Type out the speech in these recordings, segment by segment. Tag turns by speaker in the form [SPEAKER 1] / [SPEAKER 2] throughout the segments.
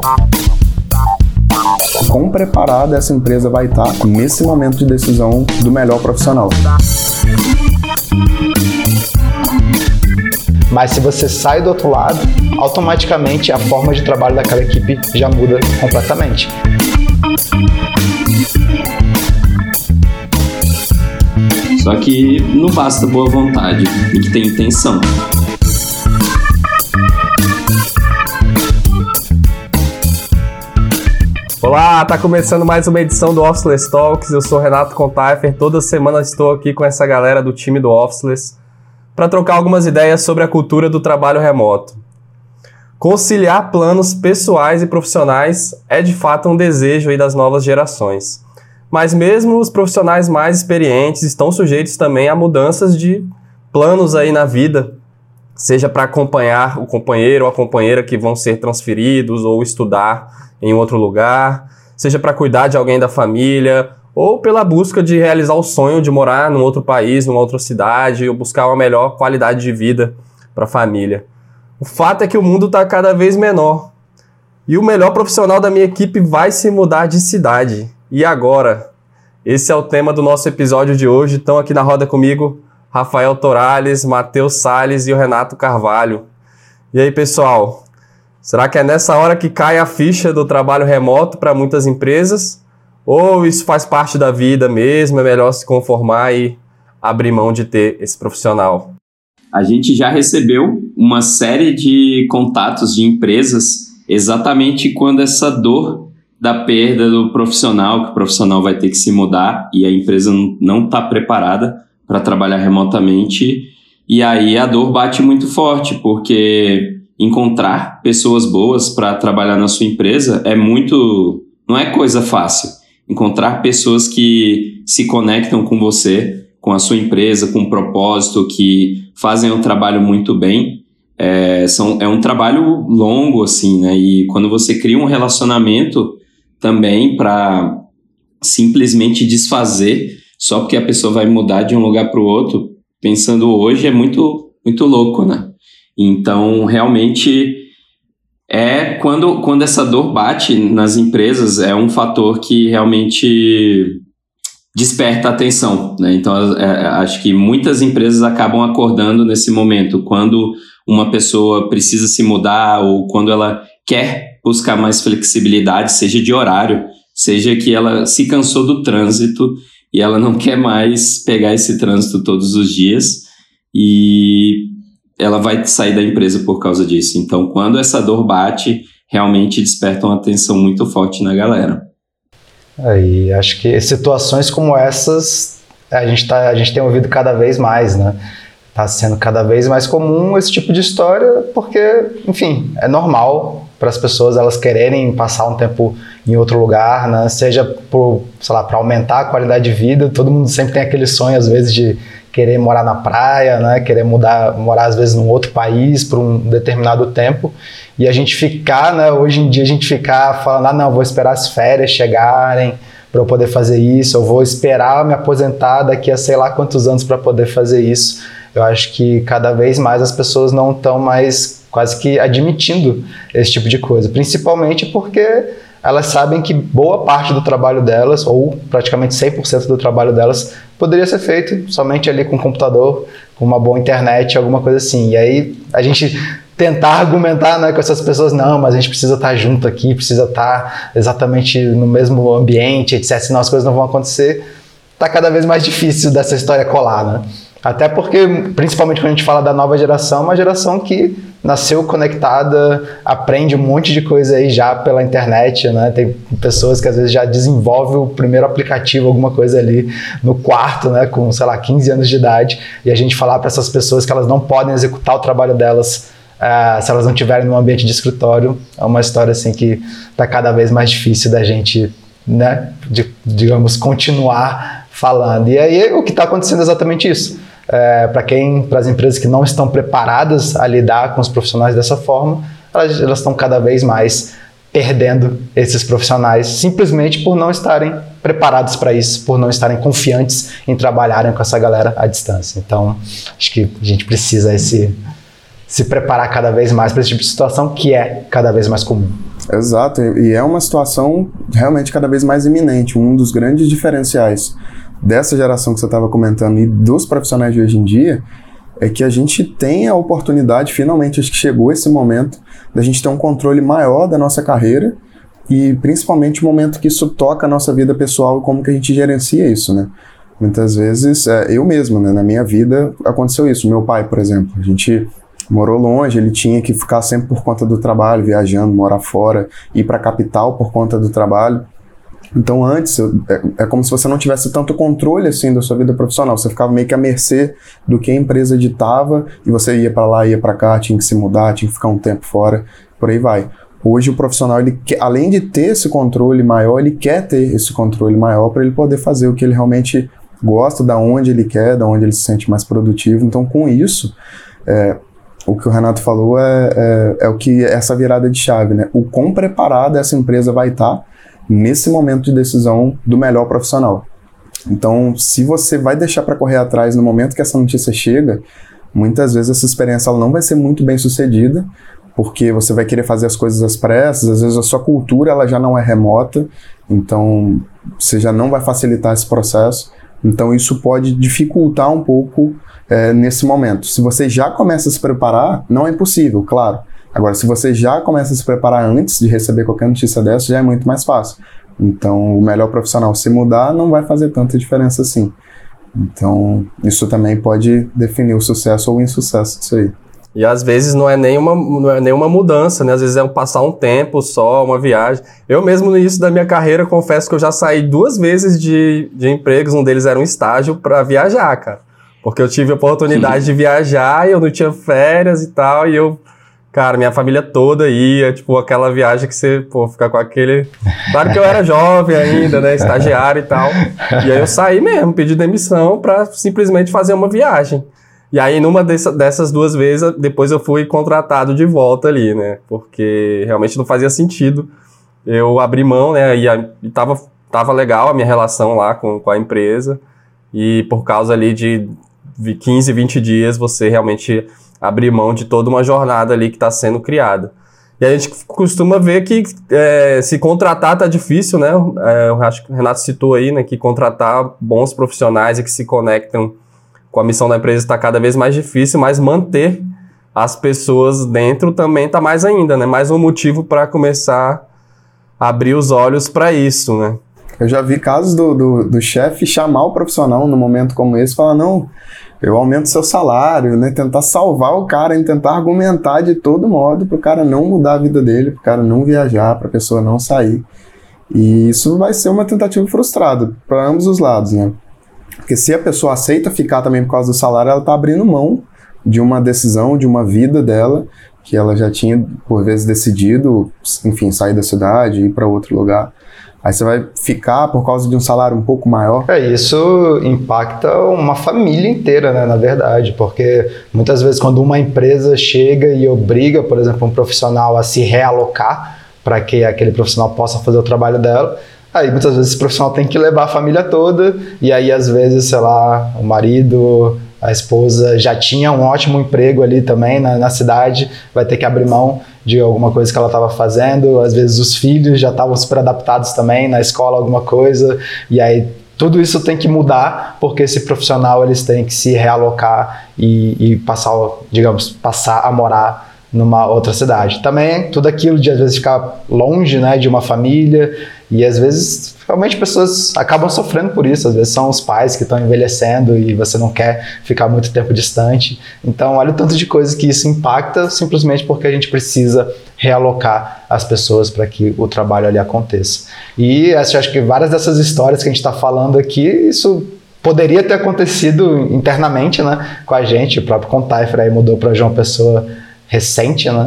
[SPEAKER 1] Quão preparada essa empresa vai estar nesse momento de decisão do melhor profissional.
[SPEAKER 2] Mas se você sai do outro lado, automaticamente a forma de trabalho daquela equipe já muda completamente.
[SPEAKER 3] Só que não basta boa vontade, tem que ter intenção.
[SPEAKER 4] Olá, tá começando mais uma edição do Officeless Talks. Eu sou Renato Contaifer. Toda semana estou aqui com essa galera do time do Officeless para trocar algumas ideias sobre a cultura do trabalho remoto. Conciliar planos pessoais e profissionais é de fato um desejo aí das novas gerações. Mas mesmo os profissionais mais experientes estão sujeitos também a mudanças de planos aí na vida, seja para acompanhar o companheiro ou a companheira que vão ser transferidos ou estudar em outro lugar, seja para cuidar de alguém da família ou pela busca de realizar o sonho de morar num outro país, numa outra cidade ou buscar uma melhor qualidade de vida para a família. O fato é que o mundo está cada vez menor e o melhor profissional da minha equipe vai se mudar de cidade. E agora? Esse é o tema do nosso episódio de hoje. Estão aqui na roda comigo Rafael Torales, Matheus Salles e o Renato Carvalho. E aí, pessoal? Será que é nessa hora que cai a ficha do trabalho remoto para muitas empresas? Ou isso faz parte da vida mesmo? É melhor se conformar e abrir mão de ter esse profissional?
[SPEAKER 3] A gente já recebeu uma série de contatos de empresas exatamente quando essa dor da perda do profissional, que o profissional vai ter que se mudar e a empresa não está preparada para trabalhar remotamente. E aí a dor bate muito forte, porque encontrar pessoas boas para trabalhar na sua empresa não é coisa fácil. Encontrar pessoas que se conectam com você, com a sua empresa, com um propósito, que fazem um trabalho muito bem, é um trabalho longo, assim, né? E quando você cria um relacionamento também para simplesmente desfazer, só porque a pessoa vai mudar de um lugar para o outro, pensando hoje, é muito, muito louco, né? Então, realmente, quando essa dor bate nas empresas, é um fator que realmente desperta a atenção, né? Então, acho que muitas empresas acabam acordando nesse momento, quando uma pessoa precisa se mudar ou quando ela quer buscar mais flexibilidade, seja de horário, seja que ela se cansou do trânsito e ela não quer mais pegar esse trânsito todos os dias e ela vai sair da empresa por causa disso. Então, quando essa dor bate, realmente desperta uma atenção muito forte na galera.
[SPEAKER 2] E acho que situações como essas a gente tem ouvido cada vez mais, né? Está sendo cada vez mais comum esse tipo de história porque, enfim, é normal para as pessoas elas quererem passar um tempo em outro lugar, né? Seja para aumentar a qualidade de vida. Todo mundo sempre tem aquele sonho, às vezes, de querer morar na praia, né? Querer morar, às vezes, num outro país por um determinado tempo. E a gente ficar, né? Hoje em dia, a gente ficar falando, não, vou esperar as férias chegarem para eu poder fazer isso, eu vou esperar me aposentar daqui a sei lá quantos anos para poder fazer isso. Eu acho que cada vez mais as pessoas não estão mais quase que admitindo esse tipo de coisa, principalmente porque elas sabem que boa parte do trabalho delas, ou praticamente 100% do trabalho delas, poderia ser feito somente ali com um computador, com uma boa internet, alguma coisa assim. E aí a gente tentar argumentar, né, com essas pessoas, não, mas a gente precisa estar junto aqui, precisa estar exatamente no mesmo ambiente, etc., senão as coisas não vão acontecer, está cada vez mais difícil dessa história colar, né? Até porque, principalmente quando a gente fala da nova geração, uma geração que nasceu conectada, aprende um monte de coisa aí já pela internet, né? Tem pessoas que às vezes já desenvolvem o primeiro aplicativo, alguma coisa ali no quarto, né? Com, 15 anos de idade, e a gente falar para essas pessoas que elas não podem executar o trabalho delas se elas não estiverem num ambiente de escritório, é uma história assim que está cada vez mais difícil da gente, né? Digamos, continuar falando. E aí o que está acontecendo é exatamente isso. Para as empresas que não estão preparadas a lidar com os profissionais dessa forma, elas estão cada vez mais perdendo esses profissionais simplesmente por não estarem preparados para isso, por não estarem confiantes em trabalharem com essa galera à distância. Então, acho que a gente precisa se preparar cada vez mais para esse tipo de situação que é cada vez mais comum.
[SPEAKER 1] Exato, e é uma situação realmente cada vez mais iminente. Um dos grandes diferenciais dessa geração que você estava comentando e dos profissionais de hoje em dia é que a gente tem a oportunidade, finalmente, acho que chegou esse momento, da gente ter um controle maior da nossa carreira e principalmente o momento que isso toca a nossa vida pessoal e como que a gente gerencia isso, né? Muitas vezes, eu mesmo, né, na minha vida aconteceu isso. Meu pai, por exemplo, a gente morou longe, ele tinha que ficar sempre por conta do trabalho, viajando, morar fora, ir para a capital por conta do trabalho. Então antes, é como se você não tivesse tanto controle assim da sua vida profissional, você ficava meio que à mercê do que a empresa ditava e você ia para lá, ia para cá, tinha que se mudar, tinha que ficar um tempo fora, por aí vai. Hoje o profissional, ele quer, além de ter esse controle maior, ele quer ter esse controle maior para ele poder fazer o que ele realmente gosta, da onde ele quer, da onde ele se sente mais produtivo. Então com isso, o que o Renato falou é o que essa virada de chave, né? O quão preparada essa empresa vai estar nesse momento de decisão do melhor profissional. Então, se você vai deixar para correr atrás no momento que essa notícia chega, muitas vezes essa experiência ela não vai ser muito bem sucedida, porque você vai querer fazer as coisas às pressas, às vezes a sua cultura ela já não é remota, então você já não vai facilitar esse processo. Então isso pode dificultar um pouco nesse momento. Se você já começa a se preparar, não é impossível, claro. Agora, se você já começa a se preparar antes de receber qualquer notícia dessa, já é muito mais fácil. Então, o melhor profissional se mudar não vai fazer tanta diferença assim. Então, isso também pode definir o sucesso ou o insucesso disso aí.
[SPEAKER 4] E às vezes não é nenhuma mudança, né? Às vezes é passar um tempo só, uma viagem. Eu mesmo no início da minha carreira, confesso que eu já saí 2 vezes de empregos, um deles era um estágio para viajar, cara. Porque eu tive a oportunidade de viajar e eu não tinha férias e tal, e eu... Cara, minha família toda ia, tipo, aquela viagem que você, fica com aquele... Claro que eu era jovem ainda, né, estagiário e tal. E aí eu saí mesmo, pedi demissão pra simplesmente fazer uma viagem. E aí, numa dessas 2 vezes, depois eu fui contratado de volta ali, né, porque realmente não fazia sentido. Eu abri mão, né, e tava legal a minha relação lá com a empresa. E por causa ali de 15, 20 dias, você realmente... abrir mão de toda uma jornada ali que está sendo criada. E a gente costuma ver que se contratar tá difícil, né? Eu acho que o Renato citou aí, né, que contratar bons profissionais e que se conectam com a missão da empresa está cada vez mais difícil, mas manter as pessoas dentro também está mais ainda, né? Mais um motivo para começar a abrir os olhos para isso, né?
[SPEAKER 1] Eu já vi casos do chefe chamar o profissional num momento como esse e falar, não, eu aumento seu salário, né? Tentar salvar o cara, tentar argumentar de todo modo para o cara não mudar a vida dele, para o cara não viajar, para a pessoa não sair. E isso vai ser uma tentativa frustrada para ambos os lados, né? Porque se a pessoa aceita ficar também por causa do salário, ela está abrindo mão de uma decisão, de uma vida dela, que ela já tinha, por vezes, decidido, enfim, sair da cidade, ir para outro lugar. Aí você vai ficar por causa de um salário um pouco maior.
[SPEAKER 2] Isso impacta uma família inteira, né, na verdade, porque muitas vezes quando uma empresa chega e obriga, por exemplo, um profissional a se realocar para que aquele profissional possa fazer o trabalho dela, aí muitas vezes esse profissional tem que levar a família toda, e aí às vezes, sei lá, o marido, a esposa já tinha um ótimo emprego ali também na cidade, vai ter que abrir mão de alguma coisa que ela estava fazendo, às vezes os filhos já estavam super adaptados também, na escola alguma coisa, e aí tudo isso tem que mudar, porque esse profissional eles têm que se realocar e passar a morar numa outra cidade. Também tudo aquilo de às vezes ficar longe, né, de uma família, e às vezes realmente pessoas acabam sofrendo por isso, às vezes são os pais que estão envelhecendo e você não quer ficar muito tempo distante. Então olha o tanto de coisas que isso impacta simplesmente porque a gente precisa realocar as pessoas para que o trabalho ali aconteça. E acho que várias dessas histórias que a gente está falando aqui, isso poderia ter acontecido internamente, né, com a gente. O próprio Contaifer aí mudou para João Pessoa recente, né?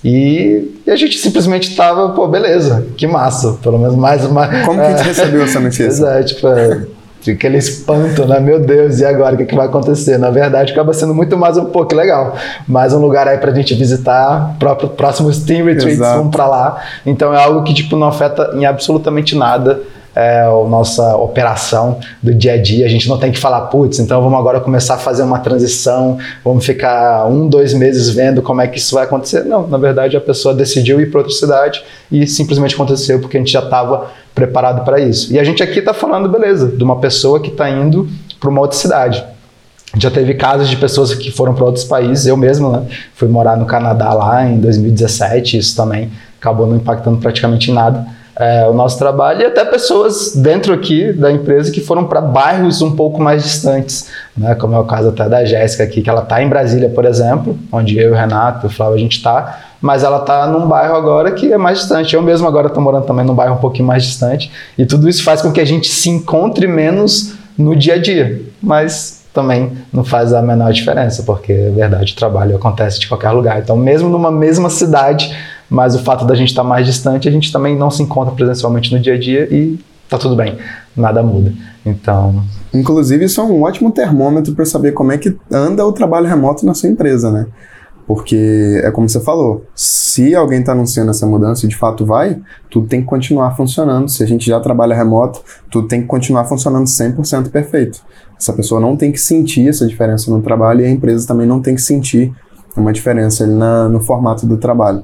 [SPEAKER 2] E a gente simplesmente estava, beleza, que massa, pelo menos mais uma...
[SPEAKER 1] Como que a gente recebeu essa notícia?
[SPEAKER 2] Aquele espanto, né? Meu Deus, e agora, o que vai acontecer? Na verdade, acaba sendo muito mais que legal. Mais um lugar aí pra gente visitar, próximos Team Retreats, vamos pra lá. Então é algo que, não afeta em absolutamente nada a nossa operação do dia a dia. A gente não tem que falar, putz, então vamos agora começar a fazer uma transição, vamos ficar 1-2 meses vendo como é que isso vai acontecer. Não, na verdade a pessoa decidiu ir para outra cidade e simplesmente aconteceu porque a gente já estava preparado para isso. E a gente aqui está falando, beleza, de uma pessoa que está indo para uma outra cidade. Já teve casos de pessoas que foram para outros países, eu mesmo, né, fui morar no Canadá lá em 2017, isso também acabou não impactando praticamente em nada o nosso trabalho, e até pessoas dentro aqui da empresa que foram para bairros um pouco mais distantes, né, como é o caso até da Jéssica aqui, que ela está em Brasília, por exemplo, onde eu, o Renato, o Flávio, a gente está, mas ela está num bairro agora que é mais distante. Eu mesmo agora estou morando também num bairro um pouquinho mais distante, e tudo isso faz com que a gente se encontre menos no dia a dia, mas também não faz a menor diferença, porque, é verdade, o trabalho acontece de qualquer lugar. Então, mesmo numa mesma cidade, mas o fato da gente estar mais distante, a gente também não se encontra presencialmente no dia a dia e tá tudo bem, nada muda. Então...
[SPEAKER 1] Inclusive, isso é um ótimo termômetro para saber como é que anda o trabalho remoto na sua empresa, né? Porque é como você falou, se alguém está anunciando essa mudança e de fato vai, tudo tem que continuar funcionando. Se a gente já trabalha remoto, tudo tem que continuar funcionando 100% perfeito. Essa pessoa não tem que sentir essa diferença no trabalho e a empresa também não tem que sentir uma diferença ali no formato do trabalho.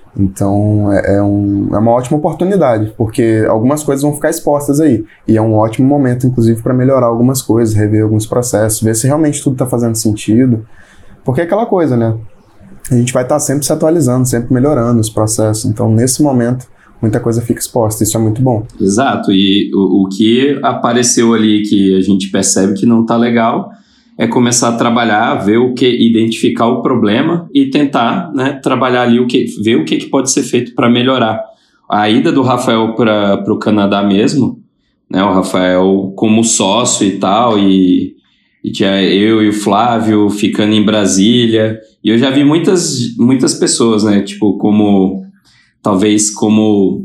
[SPEAKER 1] Então é uma ótima oportunidade, porque algumas coisas vão ficar expostas aí. E é um ótimo momento, inclusive, para melhorar algumas coisas, rever alguns processos, ver se realmente tudo está fazendo sentido. Porque é aquela coisa, né? A gente vai estar sempre se atualizando, sempre melhorando os processos. Então, nesse momento, muita coisa fica exposta. Isso é muito bom.
[SPEAKER 3] Exato. E o que apareceu ali que a gente percebe que não está legal é começar a trabalhar, identificar o problema e tentar, né, trabalhar ali, ver o que pode ser feito para melhorar. A ida do Rafael para o Canadá mesmo, né, o Rafael como sócio e tal, e tinha eu e o Flávio ficando em Brasília, e eu já vi muitas pessoas, né, tipo, talvez com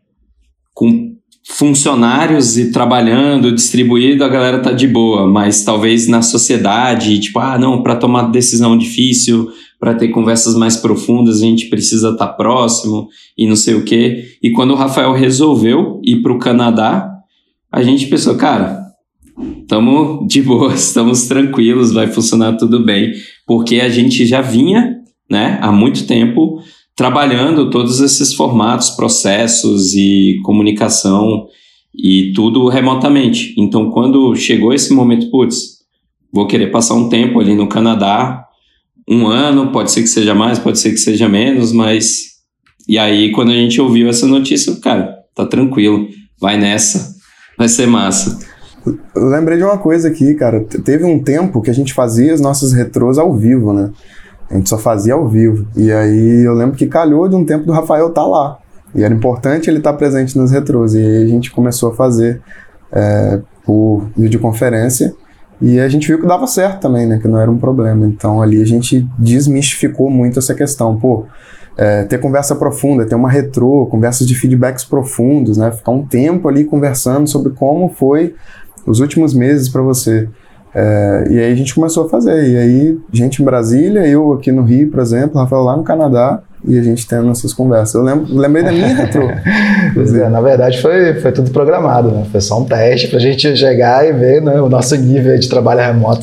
[SPEAKER 3] funcionários e trabalhando, distribuído, a galera tá de boa, mas talvez na sociedade, tipo, não, para tomar decisão difícil, para ter conversas mais profundas, a gente precisa estar próximo e não sei o quê. E quando o Rafael resolveu ir para o Canadá, a gente pensou, cara, estamos de boa, estamos tranquilos, vai funcionar tudo bem, porque a gente já vinha, né, há muito tempo trabalhando todos esses formatos, processos e comunicação e tudo remotamente. Então, quando chegou esse momento, vou querer passar um tempo ali no Canadá, 1 ano, pode ser que seja mais, pode ser que seja menos, mas... E aí, quando a gente ouviu essa notícia, cara, tá tranquilo, vai nessa, vai ser massa.
[SPEAKER 1] Eu lembrei de uma coisa aqui, cara, teve um tempo que a gente fazia as nossas retrôs ao vivo, né? A gente só fazia ao vivo. E aí eu lembro que calhou de um tempo do Rafael estar lá. E era importante ele estar presente nas retrôs. E aí a gente começou a fazer por videoconferência. E a gente viu que dava certo também, né? Que não era um problema. Então ali a gente desmistificou muito essa questão. Ter conversa profunda, ter uma retrô, conversas de feedbacks profundos, né? Ficar um tempo ali conversando sobre como foi os últimos meses para você. E aí a gente começou a fazer, e aí gente em Brasília, eu aqui no Rio, por exemplo, Rafael lá no Canadá, e a gente tendo essas conversas. Eu lembrei da minha retrô.
[SPEAKER 2] Na verdade foi tudo programado, né? Foi só um teste pra gente chegar e ver, né, o nosso nível de trabalho remoto.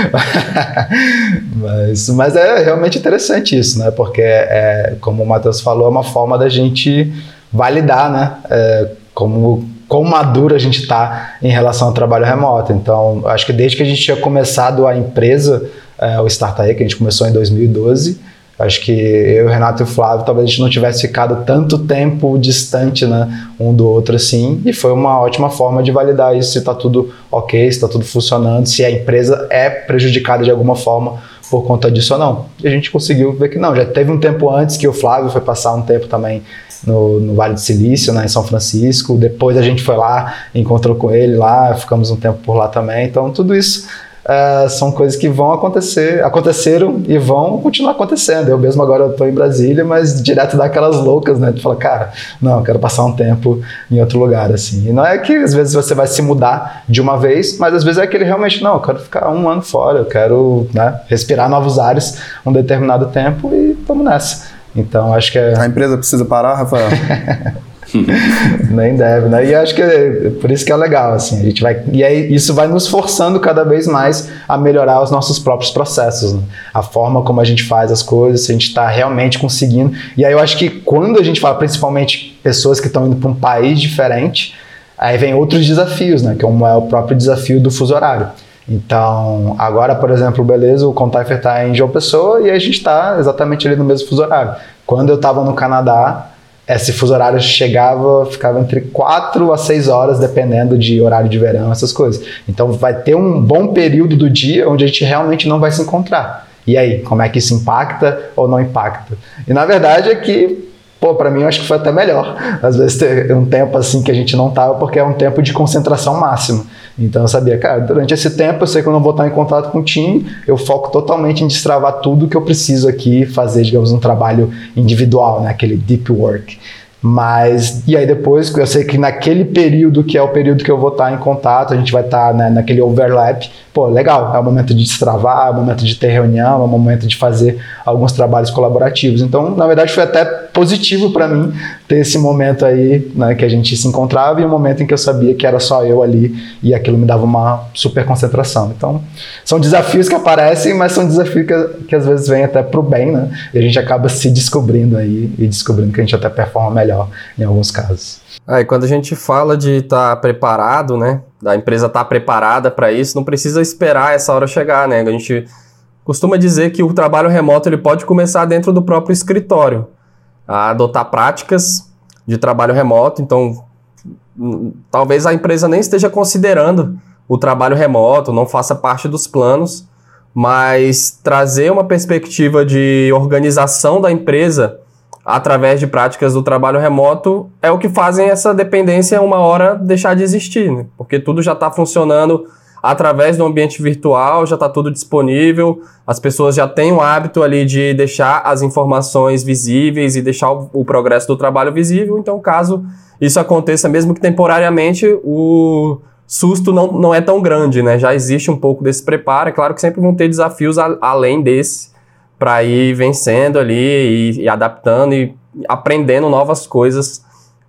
[SPEAKER 2] Mas é realmente interessante isso, né? Porque, como o Matheus falou, é uma forma da gente validar, né? Quão maduro a gente está em relação ao trabalho remoto. Então, acho que desde que a gente tinha começado a empresa, o Startae, que a gente começou em 2012, acho que eu, o Renato e o Flávio, talvez a gente não tivesse ficado tanto tempo distante, né, um do outro assim, e foi uma ótima forma de validar isso, se está tudo ok, se está tudo funcionando, se a empresa é prejudicada de alguma forma por conta disso ou não. E a gente conseguiu ver que não. Já teve um tempo antes que o Flávio foi passar um tempo também no Vale do Silício, né, em São Francisco. Depois a gente foi lá, encontrou com ele lá, ficamos um tempo por lá também. Então tudo isso são coisas que vão aconteceram e vão continuar acontecendo. Eu mesmo agora estou em Brasília, mas direto daquelas loucas, né, de falar, cara, não, eu quero passar um tempo em outro lugar, assim. E não é que às vezes você vai se mudar de uma vez, mas às vezes é aquele realmente, não, eu quero ficar 1 ano fora, eu quero, né, respirar novos ares um determinado tempo e vamos nessa. Então, acho que
[SPEAKER 1] A empresa precisa parar, Rafael?
[SPEAKER 2] Nem deve, né? E acho que por isso que é legal, assim, a gente vai, e aí isso vai nos forçando cada vez mais a melhorar os nossos próprios processos, né? A forma como a gente faz as coisas, se a gente está realmente conseguindo. E aí eu acho que quando a gente fala, principalmente pessoas que estão indo para um país diferente, aí vem outros desafios, né? Como é o próprio desafio do fuso horário. Então, agora, por exemplo, beleza, o Contifer está em João Pessoa e a gente está exatamente ali no mesmo fuso horário. Quando eu estava no Canadá, esse fuso horário ficava entre 4 a 6 horas, dependendo de horário de verão, essas coisas. Então vai ter um bom período do dia onde a gente realmente não vai se encontrar. E aí, como é que isso impacta ou não impacta? E na verdade é que, para mim eu acho que foi até melhor. Às vezes ter um tempo assim que a gente não tava, porque é um tempo de concentração máxima. Então eu sabia, cara, durante esse tempo eu sei que eu não vou estar em contato com o time, eu foco totalmente em destravar tudo que eu preciso aqui, fazer, digamos, um trabalho individual, né? Aquele deep work. Mas, e aí depois, eu sei que naquele período, que é o período que eu vou estar em contato, a gente vai estar, né, naquele overlap, legal, é o momento de destravar, é o momento de ter reunião, é o momento de fazer alguns trabalhos colaborativos. Então, na verdade, foi até positivo para mim ter esse momento aí, né, que a gente se encontrava, e um momento em que eu sabia que era só eu ali, e aquilo me dava uma super concentração. Então, são desafios que aparecem, mas são desafios que às vezes vêm até pro bem, né, e a gente acaba se descobrindo aí, e descobrindo que a gente até performa melhor em alguns casos.
[SPEAKER 4] E quando a gente fala de estar preparado, né, da empresa estar preparada para isso, não precisa esperar essa hora chegar, né? A gente costuma dizer que o trabalho remoto ele pode começar dentro do próprio escritório, a adotar práticas de trabalho remoto. Então, talvez a empresa nem esteja considerando o trabalho remoto, não faça parte dos planos, mas trazer uma perspectiva de organização da empresa através de práticas do trabalho remoto é o que fazem essa dependência uma hora deixar de existir, né? Porque tudo já está funcionando através do ambiente virtual, já está tudo disponível, as pessoas já têm o hábito ali de deixar as informações visíveis e deixar o progresso do trabalho visível. Então, caso isso aconteça, mesmo que temporariamente, o susto não é tão grande, né? Já existe um pouco desse preparo. É claro que sempre vão ter desafios além desse, para ir vencendo ali e adaptando e aprendendo novas coisas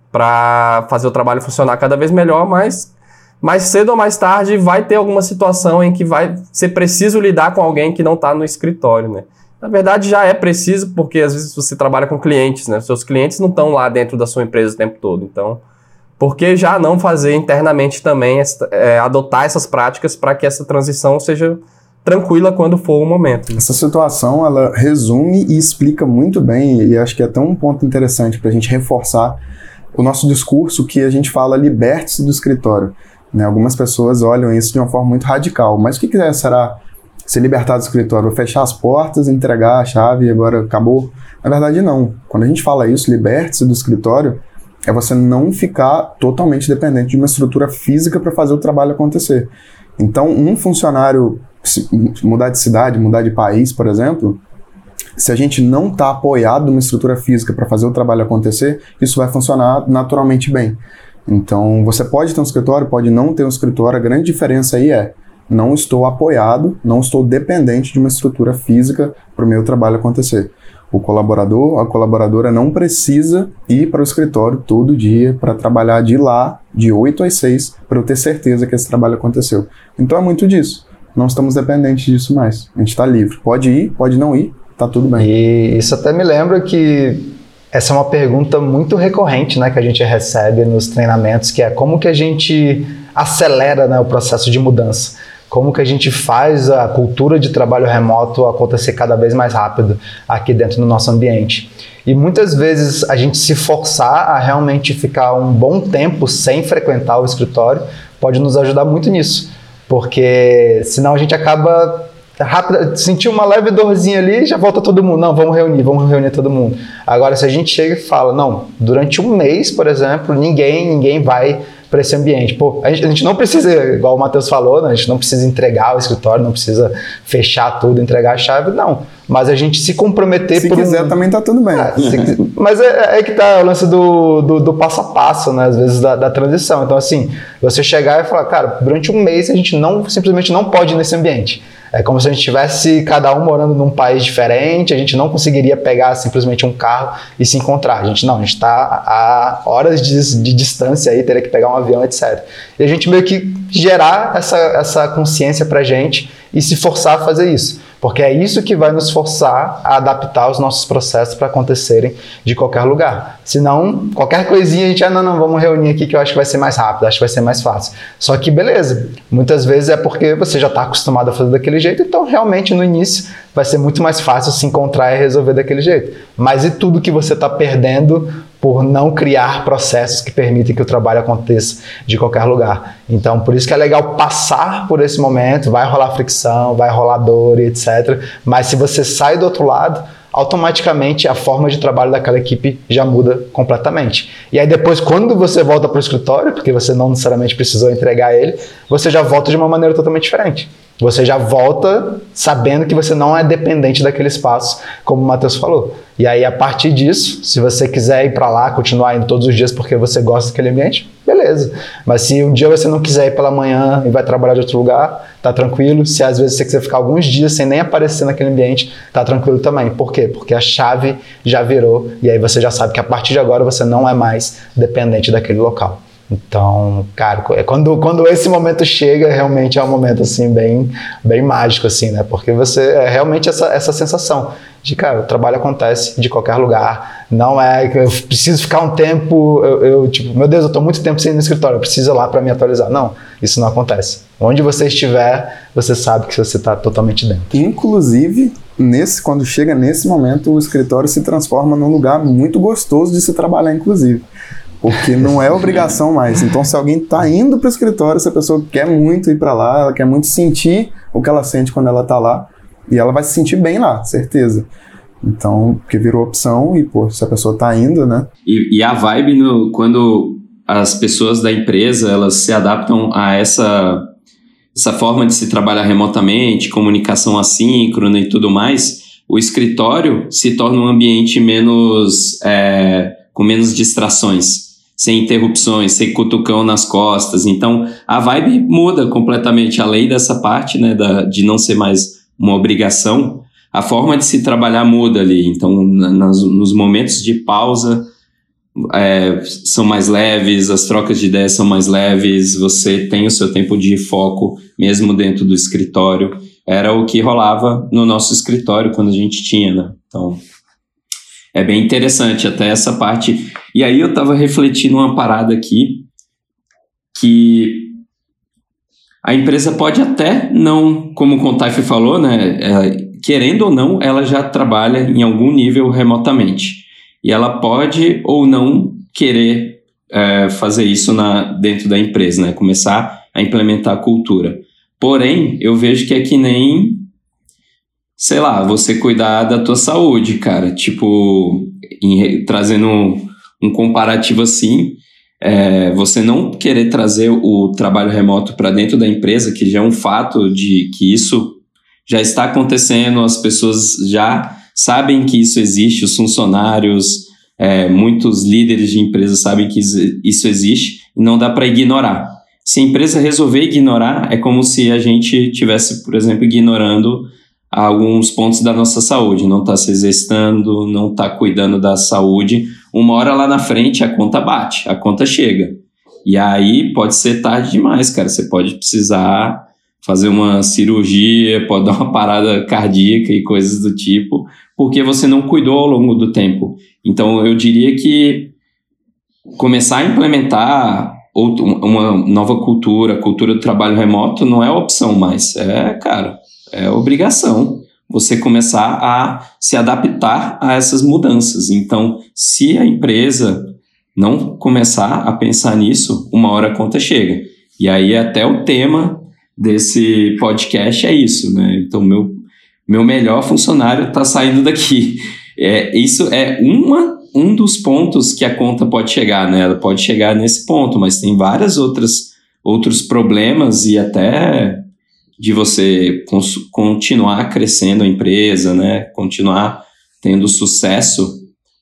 [SPEAKER 4] para fazer o trabalho funcionar cada vez melhor, mas mais cedo ou mais tarde vai ter alguma situação em que vai ser preciso lidar com alguém que não está no escritório, né? Na verdade já é preciso, porque às vezes você trabalha com clientes, né? Seus clientes não estão lá dentro da sua empresa o tempo todo, então por que já não fazer internamente também, adotar essas práticas para que essa transição seja tranquila quando for o momento.
[SPEAKER 1] Essa situação, ela resume e explica muito bem, e acho que é até um ponto interessante para a gente reforçar o nosso discurso, que a gente fala liberte-se do escritório, né? Algumas pessoas olham isso de uma forma muito radical, mas o que será se libertar do escritório? Fechar as portas, entregar a chave e agora acabou? Na verdade não. Quando a gente fala isso, liberte-se do escritório, é você não ficar totalmente dependente de uma estrutura física para fazer o trabalho acontecer. Então, um funcionário mudar de cidade, mudar de país, por exemplo, se a gente não está apoiado numa estrutura física para fazer o trabalho acontecer, isso vai funcionar naturalmente bem. Então, você pode ter um escritório, pode não ter um escritório, a grande diferença aí é, não estou apoiado, não estou dependente de uma estrutura física para o meu trabalho acontecer. O colaborador, a colaboradora não precisa ir para o escritório todo dia para trabalhar de lá, de 8 às 6, para eu ter certeza que esse trabalho aconteceu. Então é muito disso. Não estamos dependentes disso mais. A gente está livre. Pode ir, pode não ir, tá tudo bem.
[SPEAKER 2] E isso até me lembra que essa é uma pergunta muito recorrente, né, que a gente recebe nos treinamentos, que é como que a gente acelera, né, o processo de mudança. Como que a gente faz a cultura de trabalho remoto acontecer cada vez mais rápido aqui dentro do nosso ambiente. E muitas vezes a gente se forçar a realmente ficar um bom tempo sem frequentar o escritório pode nos ajudar muito nisso. Porque senão a gente acaba rápido, sentir uma leve dorzinha ali, já volta todo mundo. Não, vamos reunir todo mundo. Agora, se a gente chega e fala, não, durante um mês, por exemplo, ninguém vai para esse ambiente. A gente não precisa, igual o Matheus falou, né, a gente não precisa entregar o escritório, não precisa fechar tudo, entregar a chave, não. Mas a gente se comprometer
[SPEAKER 1] se quiser também tá tudo bem.
[SPEAKER 2] Mas é que tá o lance do passo a passo, né, às vezes da transição. Então, assim, você chegar e falar, cara, durante um mês a gente simplesmente não pode ir nesse ambiente. É como se a gente tivesse cada um morando num país diferente, a gente não conseguiria pegar simplesmente um carro e se encontrar. A gente está a horas de distância aí, teria que pegar um avião, etc. E a gente meio que gerar essa consciência pra gente e se forçar a fazer isso. Porque é isso que vai nos forçar a adaptar os nossos processos para acontecerem de qualquer lugar. Senão, qualquer coisinha a gente, não, vamos reunir aqui que eu acho que vai ser mais rápido, acho que vai ser mais fácil. Só que beleza, muitas vezes é porque você já está acostumado a fazer daquele jeito, então realmente no início vai ser muito mais fácil se encontrar e resolver daquele jeito. Mas e tudo que você está perdendo por não criar processos que permitem que o trabalho aconteça de qualquer lugar. Então, por isso que é legal passar por esse momento, vai rolar fricção, vai rolar dor e etc. Mas se você sai do outro lado, automaticamente a forma de trabalho daquela equipe já muda completamente. E aí depois, quando você volta para o escritório, porque você não necessariamente precisou entregar ele, você já volta de uma maneira totalmente diferente. Você já volta sabendo que você não é dependente daquele espaço, como o Matheus falou. E aí, a partir disso, se você quiser ir para lá, continuar indo todos os dias porque você gosta daquele ambiente, beleza. Mas se um dia você não quiser ir pela manhã e vai trabalhar de outro lugar, tá tranquilo. Se às vezes você quiser ficar alguns dias sem nem aparecer naquele ambiente, tá tranquilo também. Por quê? Porque a chave já virou e aí você já sabe que a partir de agora você não é mais dependente daquele local. Então, cara, quando esse momento chega, realmente é um momento, assim, bem mágico, assim, né? Porque você, é realmente essa sensação de, cara, o trabalho acontece de qualquer lugar, não é que eu preciso ficar um tempo, tipo, meu Deus, eu tô muito tempo sem ir no escritório, eu preciso ir lá para me atualizar. Não, isso não acontece. Onde você estiver, você sabe que você tá totalmente dentro.
[SPEAKER 1] Inclusive, quando chega nesse momento, o escritório se transforma num lugar muito gostoso de se trabalhar, inclusive. Porque não é obrigação mais. Então, se alguém está indo para o escritório, se a pessoa quer muito ir para lá, ela quer muito sentir o que ela sente quando ela está lá, e ela vai se sentir bem lá, certeza. Então, porque virou opção e, pô, se a pessoa está indo, né?
[SPEAKER 3] E a vibe, quando as pessoas da empresa, elas se adaptam a essa forma de se trabalhar remotamente, comunicação assíncrona e tudo mais, o escritório se torna um ambiente com menos distrações, sem interrupções, sem cutucão nas costas. Então, a vibe muda completamente, além dessa parte, né, de não ser mais uma obrigação, a forma de se trabalhar muda ali. Então, nos momentos de pausa, são mais leves, as trocas de ideias são mais leves, você tem o seu tempo de foco, mesmo dentro do escritório. Era o que rolava no nosso escritório quando a gente tinha, né? Então, é bem interessante até essa parte. E aí eu tava refletindo uma parada aqui, que a empresa pode até não, como o Contaif falou, né, querendo ou não, ela já trabalha em algum nível remotamente. E ela pode ou não querer fazer isso dentro da empresa, né, começar a implementar a cultura. Porém, eu vejo que é que nem, sei lá, você cuidar da tua saúde, cara. Tipo, trazendo um comparativo assim, você não querer trazer o trabalho remoto para dentro da empresa, que já é um fato de que isso já está acontecendo, as pessoas já sabem que isso existe, os funcionários, muitos líderes de empresas sabem que isso existe e não dá para ignorar. Se a empresa resolver ignorar, é como se a gente estivesse, por exemplo, ignorando alguns pontos da nossa saúde, não está se exercitando, não está cuidando da saúde. Uma hora lá na frente a conta bate, a conta chega. E aí pode ser tarde demais, cara. Você pode precisar fazer uma cirurgia, pode dar uma parada cardíaca e coisas do tipo, porque você não cuidou ao longo do tempo. Então eu diria que começar a implementar uma nova cultura, a cultura do trabalho remoto, não é opção mais. É obrigação você começar a se adaptar a essas mudanças. Então, se a empresa não começar a pensar nisso, uma hora a conta chega. E aí até o tema desse podcast é isso, né? Então, meu melhor funcionário está saindo daqui. Isso é um dos pontos que a conta pode chegar, né? Ela pode chegar nesse ponto, mas tem vários outros problemas e até de você continuar crescendo a empresa, né? Continuar tendo sucesso,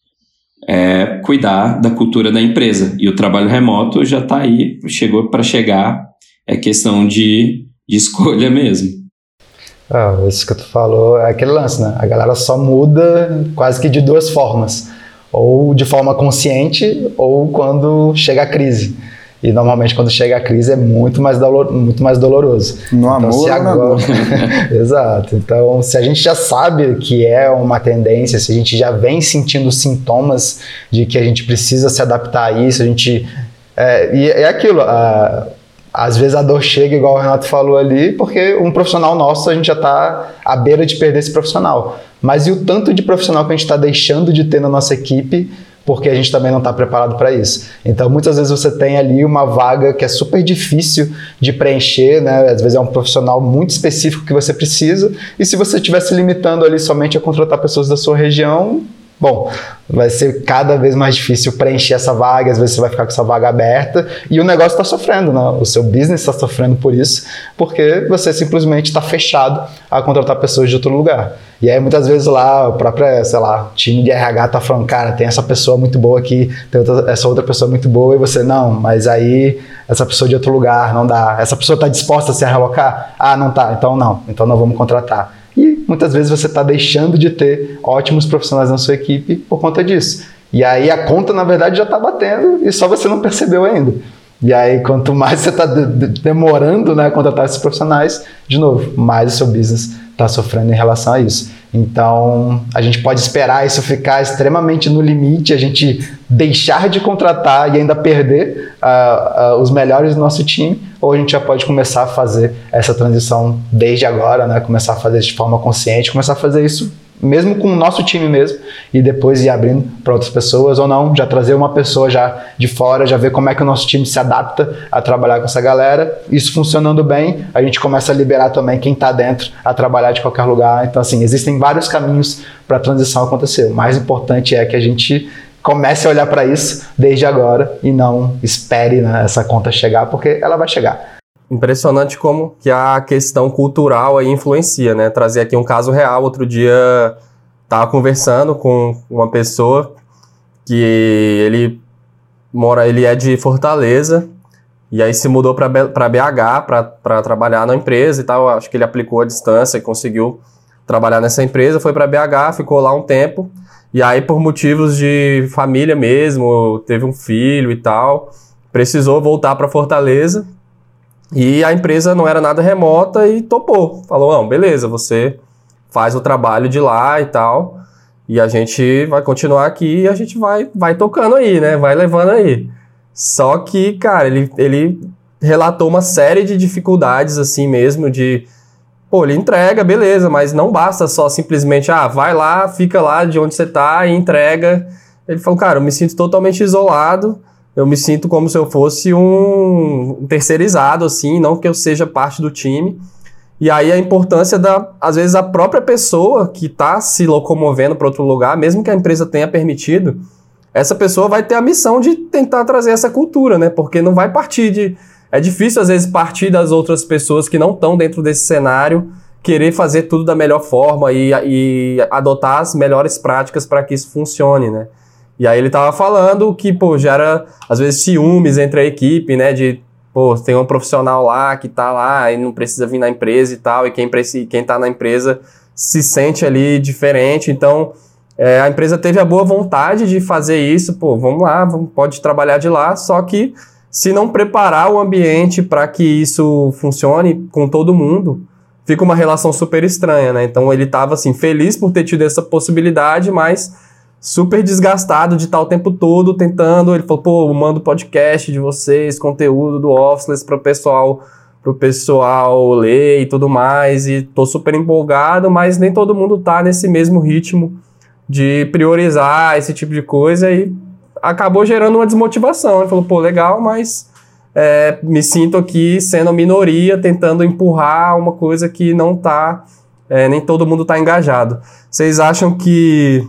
[SPEAKER 3] cuidar da cultura da empresa. E o trabalho remoto já está aí, chegou para chegar, é questão de escolha mesmo.
[SPEAKER 2] Isso que tu falou é aquele lance, né? A galera só muda quase que de duas formas. Ou de forma consciente, ou quando chega a crise. E normalmente quando chega a crise é muito mais doloroso.
[SPEAKER 1] No amor ou na dor.
[SPEAKER 2] Exato. Então, se a gente já sabe que é uma tendência, se a gente já vem sentindo sintomas de que a gente precisa se adaptar a isso, e é aquilo, às vezes a dor chega, igual o Renato falou ali, porque um profissional nosso, a gente já está à beira de perder esse profissional. Mas e o tanto de profissional que a gente está deixando de ter na nossa equipe porque a gente também não está preparado para isso. Então, muitas vezes você tem ali uma vaga que é super difícil de preencher, né? Às vezes é um profissional muito específico que você precisa, e se você estiver se limitando ali somente a contratar pessoas da sua região, bom, vai ser cada vez mais difícil preencher essa vaga, às vezes você vai ficar com essa vaga aberta e o negócio está sofrendo, né? O seu business está sofrendo por isso, porque você simplesmente está fechado a contratar pessoas de outro lugar. E aí muitas vezes lá, o próprio, time de RH está falando, cara, tem essa pessoa muito boa aqui, tem essa outra pessoa muito boa, e você, não, mas aí essa pessoa de outro lugar, não dá. Essa pessoa está disposta a se realocar? Ah, não tá, então não vamos contratar. E muitas vezes você está deixando de ter ótimos profissionais na sua equipe por conta disso. E aí a conta, na verdade, já está batendo e só você não percebeu ainda. E aí, quanto mais você está demorando, né, a contratar esses profissionais, de novo, mais o seu business está sofrendo em relação a isso. Então, a gente pode esperar isso ficar extremamente no limite, a gente deixar de contratar e ainda perder os melhores do nosso time, ou a gente já pode começar a fazer essa transição desde agora, né? Começar a fazer isso de forma consciente, começar a fazer isso mesmo com o nosso time mesmo, e depois ir abrindo para outras pessoas, ou não, já trazer uma pessoa já de fora, já ver como é que o nosso time se adapta a trabalhar com essa galera. Isso funcionando bem, a gente começa a liberar também quem está dentro a trabalhar de qualquer lugar. Então, assim, existem vários caminhos para a transição acontecer. O mais importante é que a gente comece a olhar para isso desde agora e não espere, né, essa conta chegar, porque ela vai chegar.
[SPEAKER 4] Impressionante como que a questão cultural aí influencia, né? Trazer aqui um caso real. Outro dia estava conversando com uma pessoa que ele é de Fortaleza e aí se mudou para BH para trabalhar na empresa e tal. Acho que ele aplicou à distância e conseguiu trabalhar nessa empresa, foi para BH, ficou lá um tempo e aí por motivos de família mesmo, teve um filho e tal, precisou voltar para Fortaleza. E a empresa não era nada remota e topou. Falou, não, beleza, você faz o trabalho de lá e tal, e a gente vai continuar aqui e a gente vai tocando aí, né? Vai levando aí. Só que, cara, ele relatou uma série de dificuldades assim mesmo, ele entrega, beleza, mas não basta só simplesmente, vai lá, fica lá de onde você tá e entrega. Ele falou, cara, eu me sinto totalmente isolado, eu me sinto como se eu fosse um terceirizado, assim, não que eu seja parte do time. E aí a importância às vezes, a própria pessoa que está se locomovendo para outro lugar, mesmo que a empresa tenha permitido, essa pessoa vai ter a missão de tentar trazer essa cultura, né? Porque não vai partir é difícil, às vezes, partir das outras pessoas que não estão dentro desse cenário, querer fazer tudo da melhor forma e adotar as melhores práticas para que isso funcione, né? E aí ele tava falando que, gera, às vezes, ciúmes entre a equipe, né? Tem um profissional lá que tá lá e não precisa vir na empresa e tal, e quem tá na empresa se sente ali diferente. Então, a empresa teve a boa vontade de fazer isso, vamos lá, pode trabalhar de lá, só que se não preparar o ambiente para que isso funcione com todo mundo, fica uma relação super estranha, né? Então ele tava, assim, feliz por ter tido essa possibilidade, mas super desgastado de estar o tempo todo tentando. Ele falou, eu mando podcast de vocês, conteúdo do Officeless pro pessoal ler e tudo mais, e tô super empolgado, mas nem todo mundo tá nesse mesmo ritmo de priorizar esse tipo de coisa, e acabou gerando uma desmotivação. Ele falou, legal, mas me sinto aqui sendo minoria, tentando empurrar uma coisa que não tá, nem todo mundo tá engajado. Vocês acham que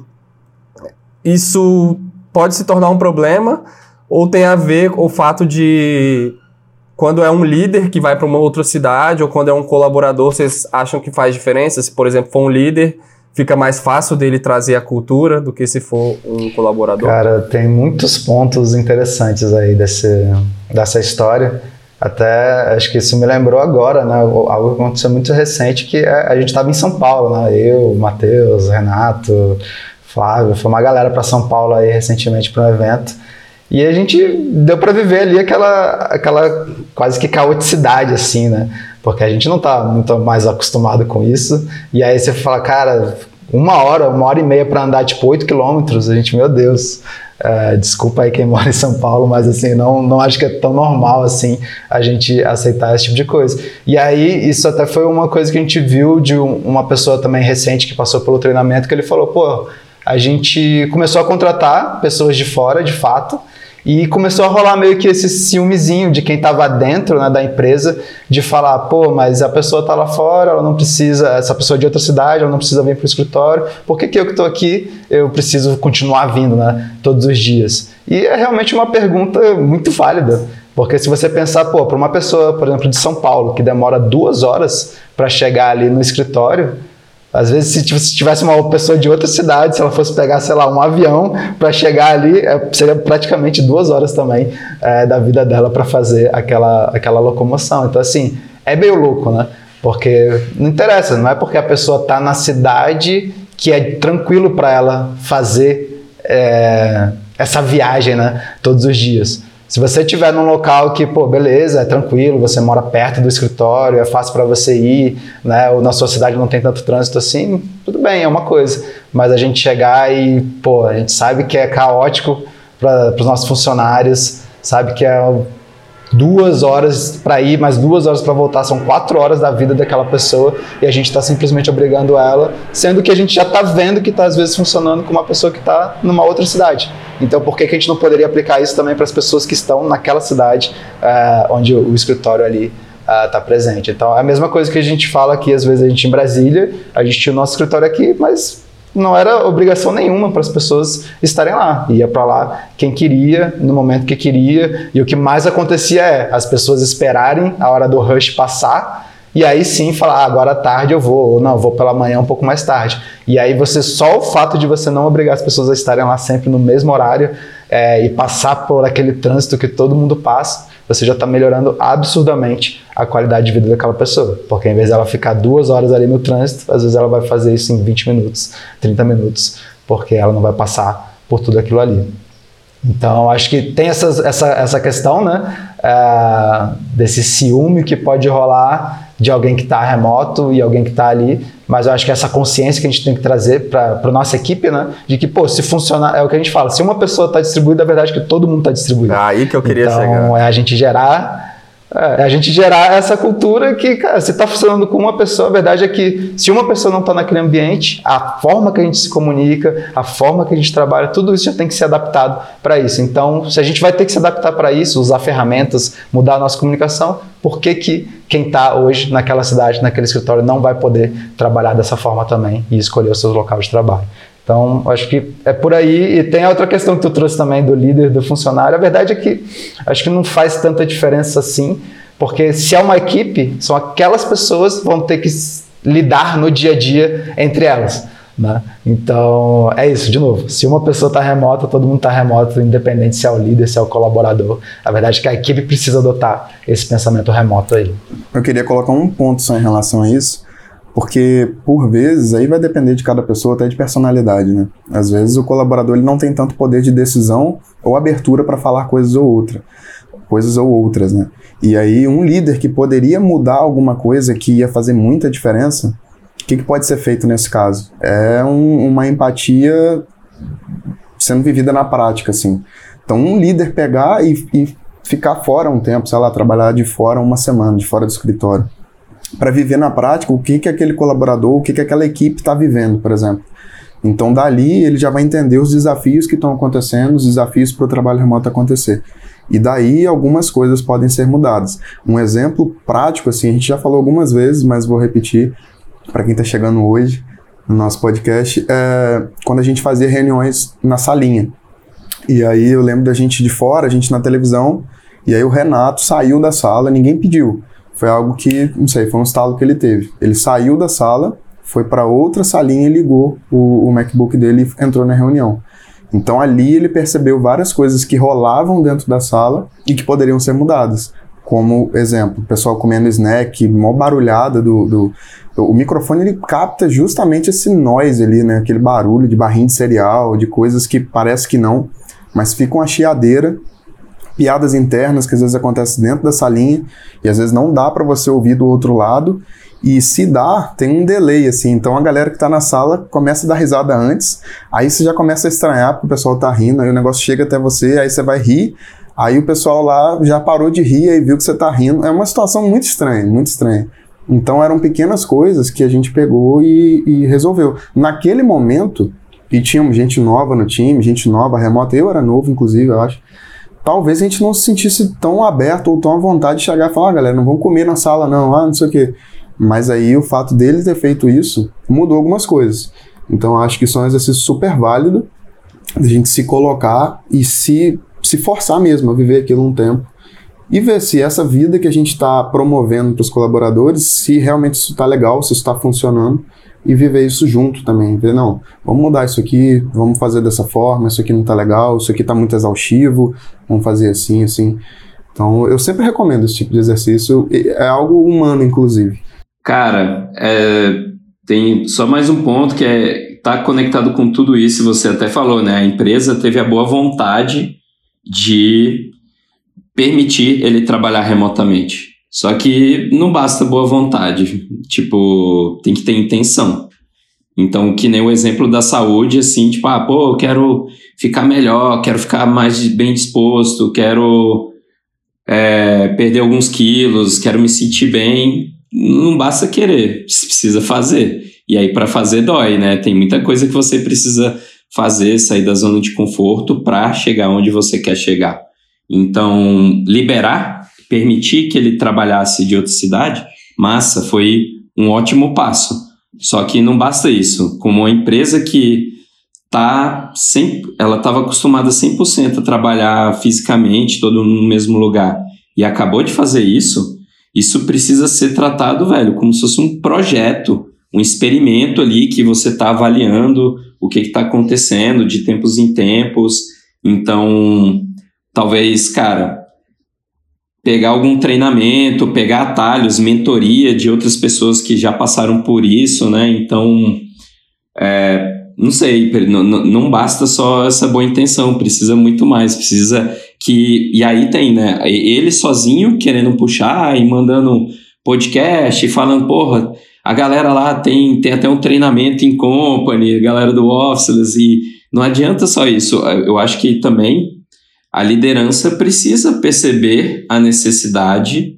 [SPEAKER 4] isso pode se tornar um problema, ou tem a ver com o fato de, quando é um líder que vai para uma outra cidade, ou quando é um colaborador, vocês acham que faz diferença? Se, por exemplo, for um líder, fica mais fácil dele trazer a cultura do que se for um colaborador?
[SPEAKER 2] Cara, tem muitos pontos interessantes aí dessa história. Até, acho que isso me lembrou agora, né? Algo que aconteceu muito recente, que a gente estava em São Paulo, né? Eu, Matheus, Renato, Flávio, foi uma galera para São Paulo aí recentemente para um evento. E a gente deu para viver ali aquela quase que caoticidade, assim, né? Porque a gente não tá muito mais acostumado com isso. E aí você fala, cara, 1h e meia para andar, tipo, 8 quilômetros. A gente, meu Deus, desculpa aí quem mora em São Paulo, mas assim, não acho que é tão normal assim a gente aceitar esse tipo de coisa. E aí, isso até foi uma coisa que a gente viu de uma pessoa também recente que passou pelo treinamento, que ele falou, pô, a gente começou a contratar pessoas de fora, de fato, e começou a rolar meio que esse ciúmezinho de quem estava dentro, né, da empresa, de falar, pô, mas a pessoa está lá fora, ela não precisa, essa pessoa é de outra cidade, ela não precisa vir para o escritório, por que eu que estou aqui, eu preciso continuar vindo, né, todos os dias? E é realmente uma pergunta muito válida, porque se você pensar, pô, para uma pessoa, por exemplo, de São Paulo, que demora 2 horas para chegar ali no escritório, às vezes, se tivesse uma pessoa de outra cidade, se ela fosse pegar, sei lá, um avião para chegar ali, seria praticamente 2 horas também da vida dela para fazer aquela locomoção. Então, assim, é meio louco, né? Porque não interessa, não é porque a pessoa está na cidade que é tranquilo para ela fazer essa viagem, né, todos os dias. Se você estiver num local que, pô, beleza, é tranquilo, você mora perto do escritório, é fácil para você ir, né, ou na sua cidade não tem tanto trânsito assim, tudo bem, é uma coisa. Mas a gente chegar e, pô, a gente sabe que é caótico para os nossos funcionários, sabe que é 2 horas para ir, mais 2 horas para voltar, são 4 horas da vida daquela pessoa e a gente está simplesmente obrigando ela, sendo que a gente já está vendo que está às vezes funcionando com uma pessoa que está numa outra cidade. Então, por que a gente não poderia aplicar isso também para as pessoas que estão naquela cidade onde o escritório ali está presente? Então, é a mesma coisa que a gente fala aqui, às vezes a gente em Brasília, a gente tinha o nosso escritório aqui, mas não era obrigação nenhuma para as pessoas estarem lá. Ia para lá quem queria, no momento que queria. E o que mais acontecia é as pessoas esperarem a hora do rush passar e aí sim falar, agora à tarde eu vou, ou não, vou pela manhã um pouco mais tarde. E aí só o fato de você não obrigar as pessoas a estarem lá sempre no mesmo horário e passar por aquele trânsito que todo mundo passa, você já está melhorando absurdamente a qualidade de vida daquela pessoa. Porque em vez de ela ficar 2 horas ali no trânsito, às vezes ela vai fazer isso em 20 minutos, 30 minutos, porque ela não vai passar por tudo aquilo ali. Então, acho que tem essa questão, né, desse ciúme que pode rolar de alguém que está remoto e alguém que está ali, mas eu acho que essa consciência que a gente tem que trazer para a nossa equipe, né, de que, pô, se funcionar, é o que a gente fala, se uma pessoa está distribuída, é verdade que todo mundo está distribuído.
[SPEAKER 4] Aí que eu queria chegar.
[SPEAKER 2] Então, é a gente gerar essa cultura que, cara, se está funcionando com uma pessoa, a verdade é que se uma pessoa não está naquele ambiente, a forma que a gente se comunica, a forma que a gente trabalha, tudo isso já tem que ser adaptado para isso. Então, se a gente vai ter que se adaptar para isso, usar ferramentas, mudar a nossa comunicação, por que quem está hoje naquela cidade, naquele escritório, não vai poder trabalhar dessa forma também e escolher o seu local de trabalho? Então, acho que é por aí. E tem a outra questão que tu trouxe também do líder, do funcionário. A verdade é que acho que não faz tanta diferença assim, porque se é uma equipe, são aquelas pessoas que vão ter que lidar no dia a dia entre elas, né? Então, é isso, de novo. Se uma pessoa está remota, todo mundo está remoto, independente se é o líder, se é o colaborador. A verdade é que a equipe precisa adotar esse pensamento remoto aí.
[SPEAKER 1] Eu queria colocar um ponto só em relação a isso, porque, por vezes, aí vai depender de cada pessoa, até de personalidade, né? Às vezes o colaborador ele não tem tanto poder de decisão ou abertura para falar coisas ou outras, né? E aí um líder que poderia mudar alguma coisa que ia fazer muita diferença, o que pode ser feito nesse caso? É uma empatia sendo vivida na prática, assim. Então um líder pegar e ficar fora um tempo, sei lá, trabalhar de fora uma semana, de fora do escritório, para viver na prática o que aquele colaborador, o que aquela equipe está vivendo, por exemplo. Então, dali, ele já vai entender os desafios que estão acontecendo, os desafios para o trabalho remoto acontecer. E daí, algumas coisas podem ser mudadas. Um exemplo prático, assim, a gente já falou algumas vezes, mas vou repetir para quem está chegando hoje no nosso podcast, quando a gente fazia reuniões na salinha. E aí, eu lembro da gente de fora, a gente na televisão, e aí o Renato saiu da sala, ninguém pediu. Foi algo que, não sei, foi um estalo que ele teve. Ele saiu da sala, foi para outra salinha e ligou o MacBook dele e entrou na reunião. Então ali ele percebeu várias coisas que rolavam dentro da sala e que poderiam ser mudadas. como exemplo, o pessoal comendo snack, mó barulhada o microfone, ele capta justamente esse noise ali, né? Aquele barulho de barrinha de cereal, de coisas que parece que não, mas fica uma chiadeira, piadas internas que às vezes acontecem dentro da salinha e às vezes não dá para você ouvir do outro lado, e se dá, tem um delay, assim, então a galera que tá na sala começa a dar risada antes, aí você já começa a estranhar porque o pessoal tá rindo, aí o negócio chega até você, aí você vai rir, aí o pessoal lá já parou de rir e viu que você tá rindo, é uma situação muito estranha, muito estranha. Então eram pequenas coisas que a gente pegou e resolveu. Naquele momento, e tinha gente nova no time, gente nova, remota, eu era novo inclusive, eu acho, talvez a gente não se sentisse tão aberto ou tão à vontade de chegar e falar, galera, não vamos comer na sala não, não sei o quê. Mas aí o fato dele ter feito isso mudou algumas coisas. Então acho que isso é um exercício super válido de a gente se colocar e se forçar mesmo a viver aquilo um tempo e ver se essa vida que a gente está promovendo para os colaboradores, se realmente isso está legal, se isso está funcionando, e viver isso junto também. Ver, não, vamos mudar isso aqui, vamos fazer dessa forma, isso aqui não está legal, isso aqui está muito exaustivo, vamos fazer assim, assim. Então eu sempre recomendo esse tipo de exercício, é algo humano inclusive.
[SPEAKER 3] Cara, tem só mais um ponto que tá conectado com tudo isso, você até falou, né? A empresa teve a boa vontade de permitir ele trabalhar remotamente. Só que não basta boa vontade, tipo, tem que ter intenção. Então, que nem o exemplo da saúde, assim, tipo, eu quero ficar melhor, quero ficar mais bem disposto, quero perder alguns quilos, quero me sentir bem. Não basta querer, você precisa fazer. E aí, para fazer, dói, né? Tem muita coisa que você precisa fazer, sair da zona de conforto para chegar onde você quer chegar. Então, liberar, permitir que ele trabalhasse de outra cidade, massa, foi um ótimo passo. Só que não basta isso. Como uma empresa que ela estava acostumada 100% a trabalhar fisicamente, todo no mesmo lugar, e acabou de fazer isso precisa ser tratado, velho, como se fosse um projeto, um experimento ali que você está avaliando o que está acontecendo de tempos em tempos. Então, talvez, cara, pegar algum treinamento, pegar atalhos, mentoria de outras pessoas que já passaram por isso, né? Então, não sei, não basta só essa boa intenção, precisa muito mais, precisa que... E aí tem, né? Ele sozinho querendo puxar e mandando podcast e falando, porra, a galera lá tem até um treinamento em company, a galera do Officeless, e não adianta só isso. Eu acho que também a liderança precisa perceber a necessidade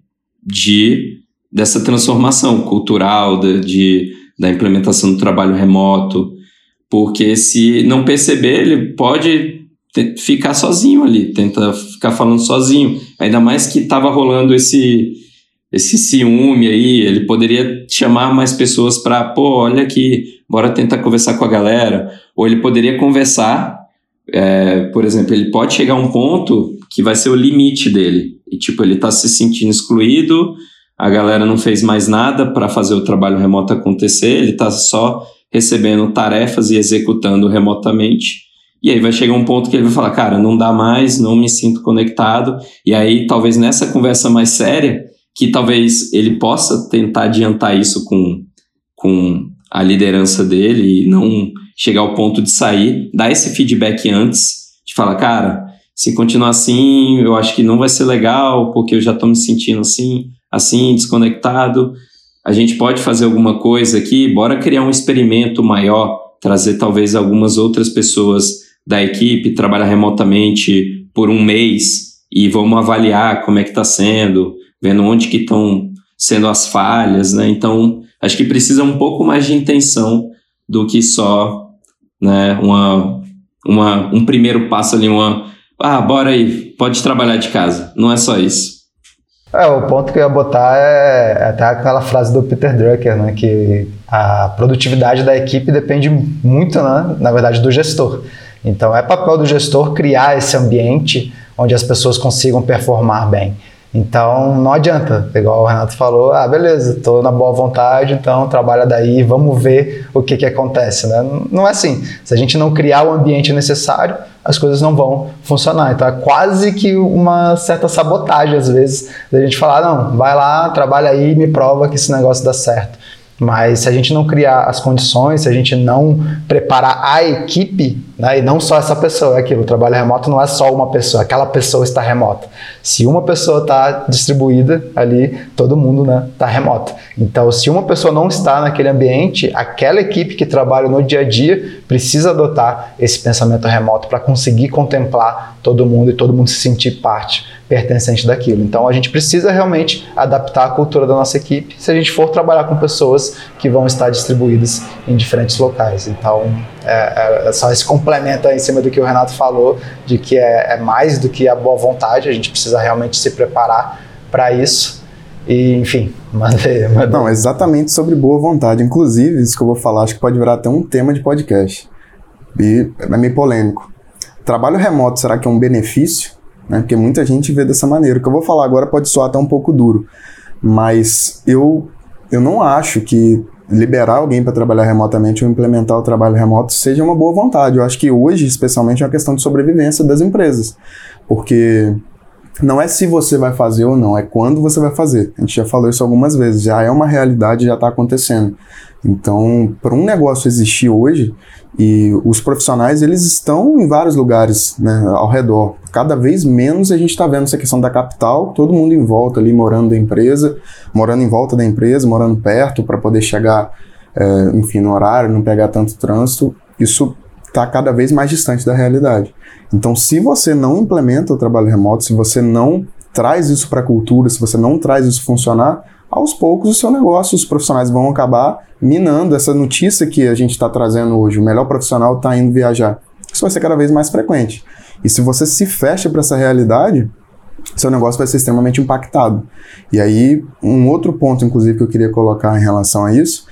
[SPEAKER 3] dessa transformação cultural, da implementação do trabalho remoto, porque se não perceber, ele pode ficar sozinho ali, tenta ficar falando sozinho, ainda mais que estava rolando esse ciúme aí, ele poderia chamar mais pessoas para, olha aqui, bora tentar conversar com a galera, ou ele poderia conversar, por exemplo, ele pode chegar a um ponto que vai ser o limite dele, e tipo, ele está se sentindo excluído, a galera não fez mais nada para fazer o trabalho remoto acontecer, ele está só recebendo tarefas e executando remotamente, e aí vai chegar um ponto que ele vai falar, cara, não dá mais, não me sinto conectado, e aí talvez nessa conversa mais séria, que talvez ele possa tentar adiantar isso com a liderança dele e não chegar ao ponto de sair, dar esse feedback antes, de falar, cara, se continuar assim, eu acho que não vai ser legal, porque eu já estou me sentindo assim, desconectado, a gente pode fazer alguma coisa aqui, bora criar um experimento maior, trazer talvez algumas outras pessoas da equipe, trabalhar remotamente por um mês e vamos avaliar como é que está sendo, vendo onde que estão sendo as falhas, né? Então, acho que precisa um pouco mais de intenção do que só, né, um primeiro passo ali, bora aí, pode trabalhar de casa. Não é só isso.
[SPEAKER 2] O ponto que eu ia botar é até aquela frase do Peter Drucker, né, que a produtividade da equipe depende muito, né, na verdade, do gestor. Então, é papel do gestor criar esse ambiente onde as pessoas consigam performar bem. Então, não adianta, igual o Renato falou, beleza, estou na boa vontade, então trabalha daí, vamos ver o que acontece, né? Não é assim. Se a gente não criar o ambiente necessário, as coisas não vão funcionar. Então, é quase que uma certa sabotagem, às vezes, da gente falar, não, vai lá, trabalha aí, me prova que esse negócio dá certo. Mas se a gente não criar as condições, se a gente não preparar a equipe, né, e não só essa pessoa, é aquilo, o trabalho remoto não é só uma pessoa, aquela pessoa está remota. Se uma pessoa está distribuída ali, todo mundo, né, está remoto. Então, se uma pessoa não está naquele ambiente, aquela equipe que trabalha no dia a dia precisa adotar esse pensamento remoto para conseguir contemplar todo mundo e todo mundo se sentir parte, pertencente daquilo. Então, a gente precisa realmente adaptar a cultura da nossa equipe se a gente for trabalhar com pessoas que vão estar distribuídas em diferentes locais. Então, só esse complemento aí em cima do que o Renato falou, de que é mais do que a boa vontade, a gente precisa realmente se preparar para isso. E, enfim, mandei.
[SPEAKER 1] Não, exatamente sobre boa vontade. Inclusive, isso que eu vou falar, acho que pode virar até um tema de podcast. E é meio polêmico. Trabalho remoto, será que é um benefício? Né? Porque muita gente vê dessa maneira. O que eu vou falar agora pode soar até um pouco duro, mas eu não acho que liberar alguém para trabalhar remotamente ou implementar o trabalho remoto seja uma boa vontade. Eu acho que hoje, especialmente, é uma questão de sobrevivência das empresas, porque não é se você vai fazer ou não, é quando você vai fazer. A gente já falou isso algumas vezes, já é uma realidade, já está acontecendo. Então, para um negócio existir hoje, e os profissionais, eles estão em vários lugares, né, ao redor. Cada vez menos a gente está vendo essa questão da capital, todo mundo em volta ali, morando em volta da empresa, morando perto para poder chegar, enfim, no horário, não pegar tanto trânsito. Isso está cada vez mais distante da realidade. Então, se você não implementa o trabalho remoto, se você não traz isso para a cultura, se você não traz isso funcionar, aos poucos o seu negócio, os profissionais vão acabar minando essa notícia que a gente está trazendo hoje. O melhor profissional está indo viajar. Isso vai ser cada vez mais frequente. E se você se fecha para essa realidade, seu negócio vai ser extremamente impactado. E aí, um outro ponto, inclusive, que eu queria colocar em relação a isso,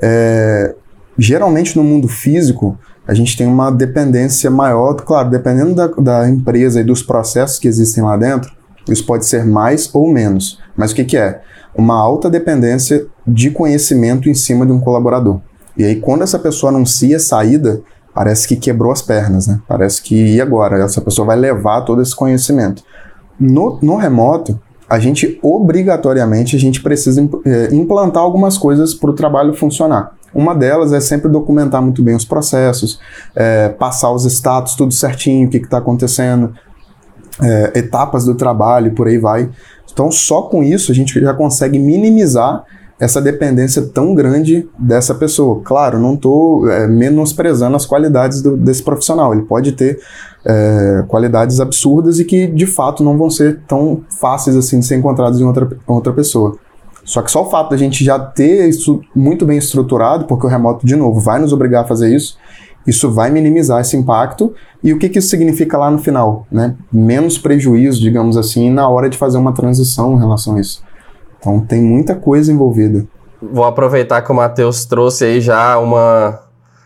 [SPEAKER 1] geralmente no mundo físico, a gente tem uma dependência maior, claro, dependendo da empresa e dos processos que existem lá dentro, isso pode ser mais ou menos. Mas o que é? Uma alta dependência de conhecimento em cima de um colaborador. E aí, quando essa pessoa anuncia saída, parece que quebrou as pernas, né? Parece que, e agora? Essa pessoa vai levar todo esse conhecimento. No remoto, obrigatoriamente, a gente precisa implantar algumas coisas para o trabalho funcionar. Uma delas é sempre documentar muito bem os processos, passar os status, tudo certinho, o que está acontecendo, etapas do trabalho, por aí vai. Então, só com isso, a gente já consegue minimizar essa dependência tão grande dessa pessoa. Claro, não estou menosprezando as qualidades desse profissional. Ele pode ter qualidades absurdas e que, de fato, não vão ser tão fáceis assim de ser encontradas em outra pessoa. Só que só o fato de a gente já ter isso muito bem estruturado, porque o remoto, de novo, vai nos obrigar a fazer isso vai minimizar esse impacto. E o que isso significa lá no final, né? Menos prejuízo, digamos assim, na hora de fazer uma transição em relação a isso. Então tem muita coisa envolvida.
[SPEAKER 4] Vou aproveitar que o Matheus trouxe aí já uma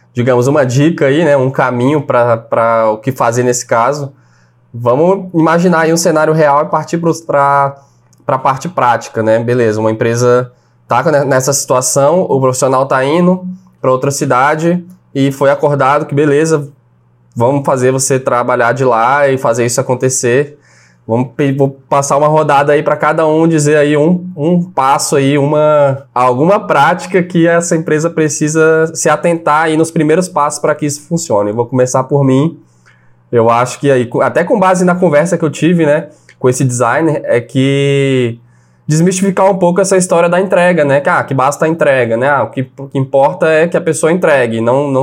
[SPEAKER 4] dica aí, né? Um caminho para o que fazer nesse caso. Vamos imaginar aí um cenário real e partir para a parte prática, né? Beleza, uma empresa está nessa situação, o profissional está indo para outra cidade e foi acordado que beleza, vamos fazer você trabalhar de lá e fazer isso acontecer. Vou passar uma rodada aí para cada um, dizer aí um passo aí, alguma prática que essa empresa precisa se atentar aí nos primeiros passos para que isso funcione. Eu vou começar por mim. Eu acho que aí, até com base na conversa que eu tive, né, com esse designer, é que desmistificar um pouco essa história da entrega, né, que basta a entrega, né, o que importa é que a pessoa entregue, não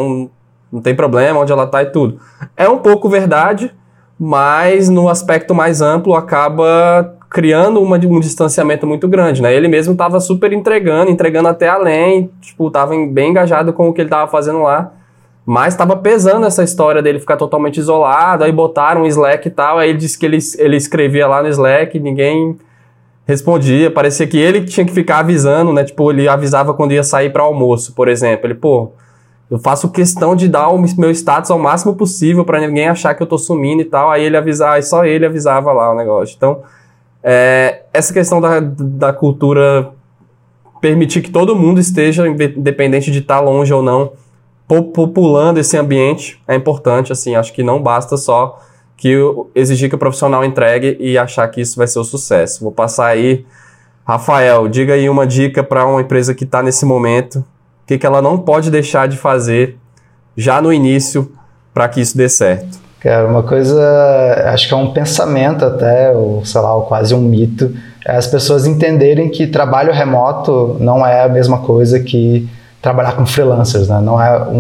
[SPEAKER 4] tem problema onde ela está e tudo. É um pouco verdade, mas no aspecto mais amplo acaba criando um distanciamento muito grande, né? Ele mesmo estava super entregando até além, estava bem engajado com o que ele estava fazendo lá, mas estava pesando essa história dele ficar totalmente isolado, aí botaram um Slack e tal, aí ele disse que ele escrevia lá no Slack, ninguém respondia, parecia que ele tinha que ficar avisando, né? Ele avisava quando ia sair para almoço, por exemplo. Ele, eu faço questão de dar o meu status ao máximo possível para ninguém achar que eu tô sumindo e tal. Aí só ele avisava lá o negócio. Então, Essa questão da cultura permitir que todo mundo esteja, independente de estar longe ou não, populando esse ambiente é importante, assim, acho que não basta só exigir que o profissional entregue e achar que isso vai ser o sucesso. Vou passar aí, Rafael, diga aí uma dica para uma empresa que está nesse momento, o que ela não pode deixar de fazer já no início para que isso dê certo.
[SPEAKER 2] Cara, uma coisa, acho que é um pensamento até, ou sei lá, ou quase um mito, é as pessoas entenderem que trabalho remoto não é a mesma coisa que trabalhar com freelancers, né?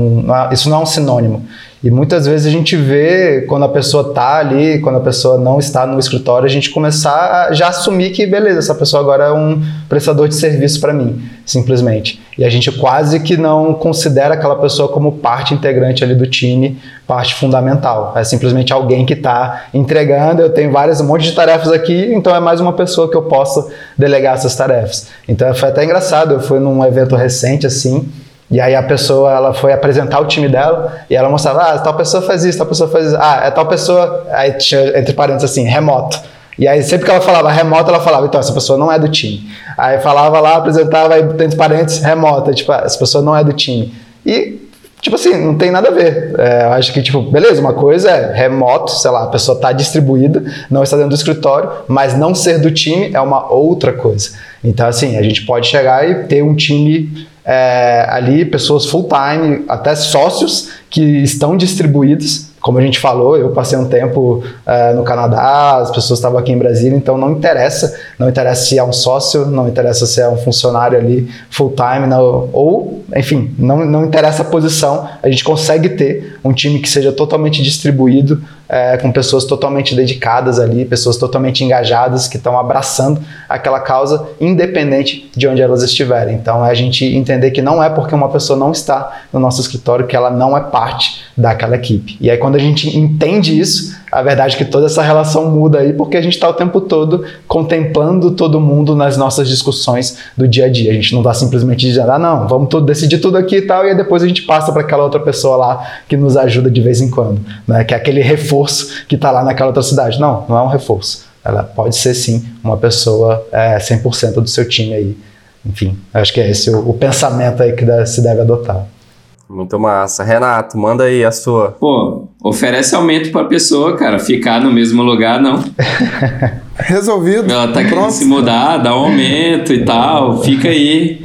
[SPEAKER 2] Isso não é um sinônimo. E muitas vezes a gente vê, quando a pessoa está ali, quando a pessoa não está no escritório, a gente começar a já assumir que, beleza, essa pessoa agora é um prestador de serviço para mim, simplesmente. E a gente quase que não considera aquela pessoa como parte integrante ali do time, parte fundamental. É simplesmente alguém que está entregando, eu tenho um monte de tarefas aqui, então é mais uma pessoa que eu possa delegar essas tarefas. Então foi até engraçado, eu fui num evento recente assim, e aí a pessoa, ela foi apresentar o time dela e ela mostrava, tal pessoa faz isso, tal pessoa faz isso, é tal pessoa, aí tinha entre parênteses assim, remoto. E aí sempre que ela falava remoto, ela falava, então essa pessoa não é do time. Aí falava lá, apresentava, aí entre parênteses, remota, tipo, essa pessoa não é do time. E, tipo assim, não tem nada a ver. Eu acho que, tipo, beleza, uma coisa é remoto, sei lá, a pessoa está distribuída, não está dentro do escritório, mas não ser do time é uma outra coisa. Então, assim, a gente pode chegar e ter um time ali, pessoas full-time, até sócios que estão distribuídos. Como a gente falou, eu passei um tempo no Canadá, as pessoas estavam aqui em Brasília, então não interessa se é um sócio, não interessa se é um funcionário ali full-time, ou, enfim, não interessa a posição, a gente consegue ter um time que seja totalmente distribuído, com pessoas totalmente dedicadas ali, pessoas totalmente engajadas, que estão abraçando aquela causa, independente de onde elas estiverem. Então, é a gente entender que não é porque uma pessoa não está no nosso escritório que ela não é parte daquela equipe. E aí, quando a gente entende isso, a verdade é que toda essa relação muda aí, porque a gente está o tempo todo contemplando todo mundo nas nossas discussões do dia a dia. A gente não está simplesmente dizendo, não, vamos decidir tudo aqui e tal, e aí depois a gente passa para aquela outra pessoa lá que nos ajuda de vez em quando, né? Que é aquele reforço que está lá naquela outra cidade. Não é um reforço. Ela pode ser, sim, uma pessoa 100% do seu time aí. Enfim, acho que é esse o pensamento aí que se deve adotar.
[SPEAKER 4] Muito massa. Renato, manda aí a sua.
[SPEAKER 3] Pô, oferece aumento pra pessoa, cara. Ficar no mesmo lugar, não.
[SPEAKER 1] Resolvido.
[SPEAKER 3] Ela tá querendo se mudar, dá um aumento e tal. Fica aí.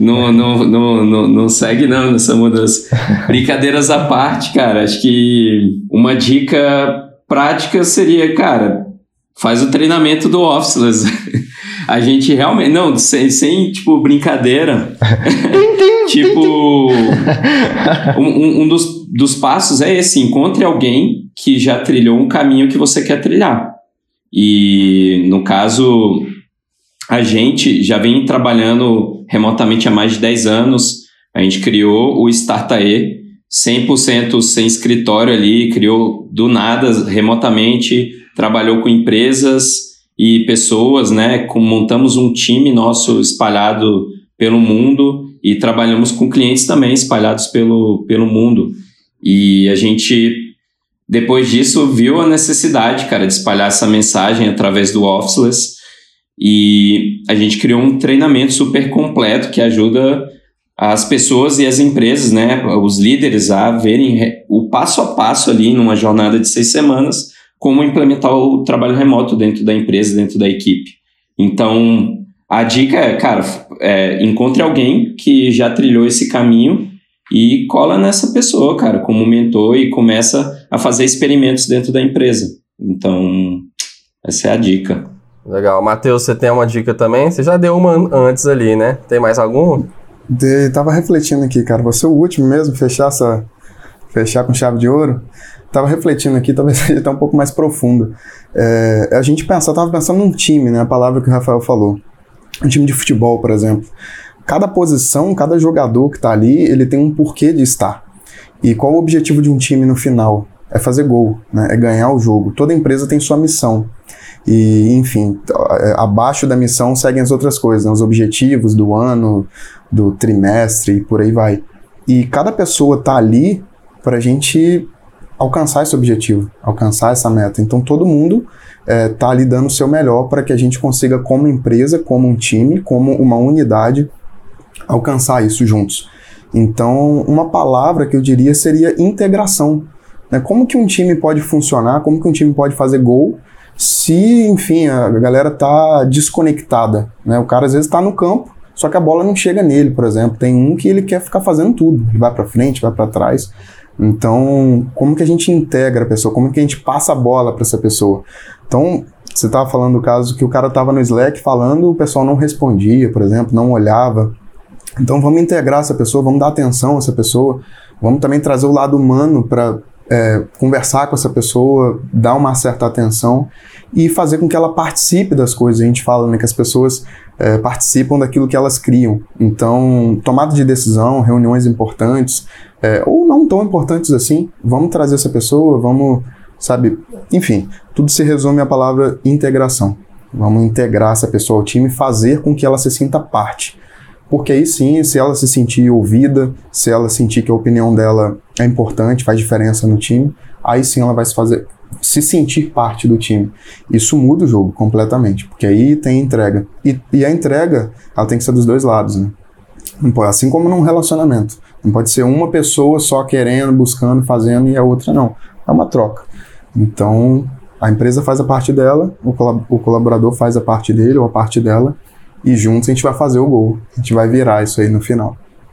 [SPEAKER 3] Não segue não nessa mudança. Brincadeiras à parte, cara. Acho que uma dica prática seria, cara, faz o treinamento do Officeless. A gente realmente... Não, sem tipo, brincadeira. Tipo, um dos passos é esse. Encontre alguém que já trilhou um caminho que você quer trilhar. E, no caso, a gente já vem trabalhando remotamente há mais de 10 anos. A gente criou o Startae, 100% sem escritório ali, criou do nada, remotamente, trabalhou com empresas e pessoas, né? Montamos um time nosso espalhado pelo mundo e trabalhamos com clientes também espalhados pelo mundo. E a gente, depois disso, viu a necessidade, cara, de espalhar essa mensagem através do Officeless. E a gente criou um treinamento super completo que ajuda as pessoas e as empresas, né, os líderes a verem o passo a passo ali numa jornada de 6 semanas como implementar o trabalho remoto dentro da empresa, dentro da equipe. Então, a dica é, cara, encontre alguém que já trilhou esse caminho e cola nessa pessoa, cara, como mentor e começa a fazer experimentos dentro da empresa. Então, essa é a dica.
[SPEAKER 4] Legal. Matheus, você tem uma dica também? Você já deu uma antes ali, né? Tem mais alguma?
[SPEAKER 1] Tava refletindo aqui, cara. Vou ser o último mesmo, fechar com chave de ouro. Tava refletindo aqui, talvez seja até um pouco mais profundo. Tava pensando num time, né? A palavra que o Rafael falou. Um time de futebol, por exemplo. Cada posição, cada jogador que tá ali, ele tem um porquê de estar. E qual o objetivo de um time no final? É fazer gol, né? É ganhar o jogo. Toda empresa tem sua missão. E, enfim, abaixo da missão seguem as outras coisas, né? Os objetivos do ano, do trimestre e por aí vai. E cada pessoa tá ali pra gente alcançar esse objetivo, alcançar essa meta. Então todo mundo está ali dando o seu melhor para que a gente consiga, como empresa, como um time, como uma unidade, alcançar isso juntos. Então uma palavra que eu diria seria integração. Né? Como que um time pode funcionar, como que um time pode fazer gol se, enfim, a galera está desconectada. Né? O cara às vezes está no campo, só que a bola não chega nele, por exemplo. Tem um que ele quer ficar fazendo tudo, ele vai para frente, vai para trás. Então, como que a gente integra a pessoa? Como que a gente passa a bola para essa pessoa? Então, você estava falando do caso que o cara estava no Slack falando, o pessoal não respondia, por exemplo, não olhava. Então, vamos integrar essa pessoa, vamos dar atenção a essa pessoa, vamos também trazer o lado humano para conversar com essa pessoa, dar uma certa atenção e fazer com que ela participe das coisas. A gente fala, né, que as pessoas participam daquilo que elas criam. Então, tomada de decisão, reuniões importantes, ou não tão importantes assim, vamos trazer essa pessoa, vamos, sabe, enfim, tudo se resume à palavra integração. Vamos integrar essa pessoa ao time e fazer com que ela se sinta parte. Porque aí sim, se ela se sentir ouvida, se ela sentir que a opinião dela é importante, faz diferença no time, aí sim ela vai se sentir parte do time. Isso muda o jogo completamente, porque aí tem entrega. E a entrega, ela tem que ser dos dois lados, né? Não pode, assim como num relacionamento. Não pode ser uma pessoa só querendo, buscando, fazendo e a outra não. É uma troca. Então, a empresa faz a parte dela, o colaborador faz a parte dele ou a parte dela, e juntos a gente vai fazer o gol. A gente vai virar isso aí no final.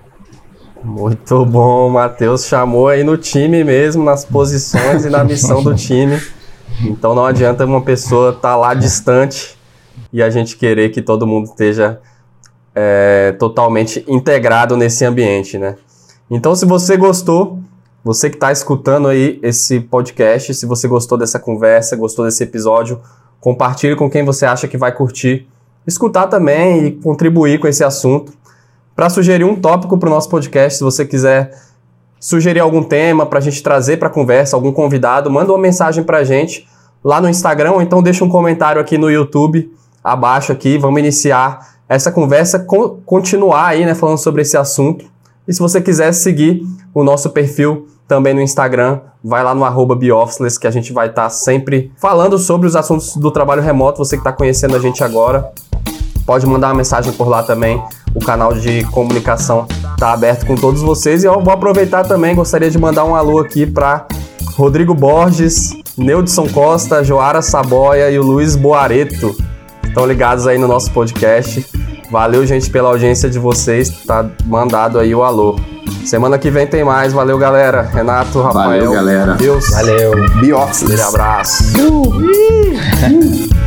[SPEAKER 4] Muito bom, o Matheus chamou aí no time mesmo, nas posições e na missão do time. Então não adianta uma pessoa estar lá distante e a gente querer que todo mundo esteja totalmente integrado nesse ambiente, né? Então, se você gostou, você que está escutando aí esse podcast, se você gostou dessa conversa, gostou desse episódio, compartilhe com quem você acha que vai curtir, escutar também e contribuir com esse assunto. Para sugerir um tópico para o nosso podcast, se você quiser sugerir algum tema para a gente trazer para a conversa, algum convidado, manda uma mensagem para a gente lá no Instagram, ou então deixa um comentário aqui no YouTube, abaixo aqui, vamos iniciar essa conversa, continuar aí, né, falando sobre esse assunto. E se você quiser seguir o nosso perfil também no Instagram, vai lá no @beofficeless, que a gente vai estar sempre falando sobre os assuntos do trabalho remoto. Você que está conhecendo a gente agora, pode mandar uma mensagem por lá também. O canal de comunicação está aberto com todos vocês. E eu vou aproveitar também, gostaria de mandar um alô aqui para Rodrigo Borges, Neudson Costa, Joara Saboia e o Luiz Boareto. Estão ligados aí no nosso podcast. Valeu, gente, pela audiência de vocês. Tá mandado aí o alô. Semana que vem tem mais. Valeu, galera. Renato, Rafael.
[SPEAKER 3] Valeu, galera.
[SPEAKER 4] Deus.
[SPEAKER 2] Valeu.
[SPEAKER 1] Beofficeless.
[SPEAKER 4] Abraço.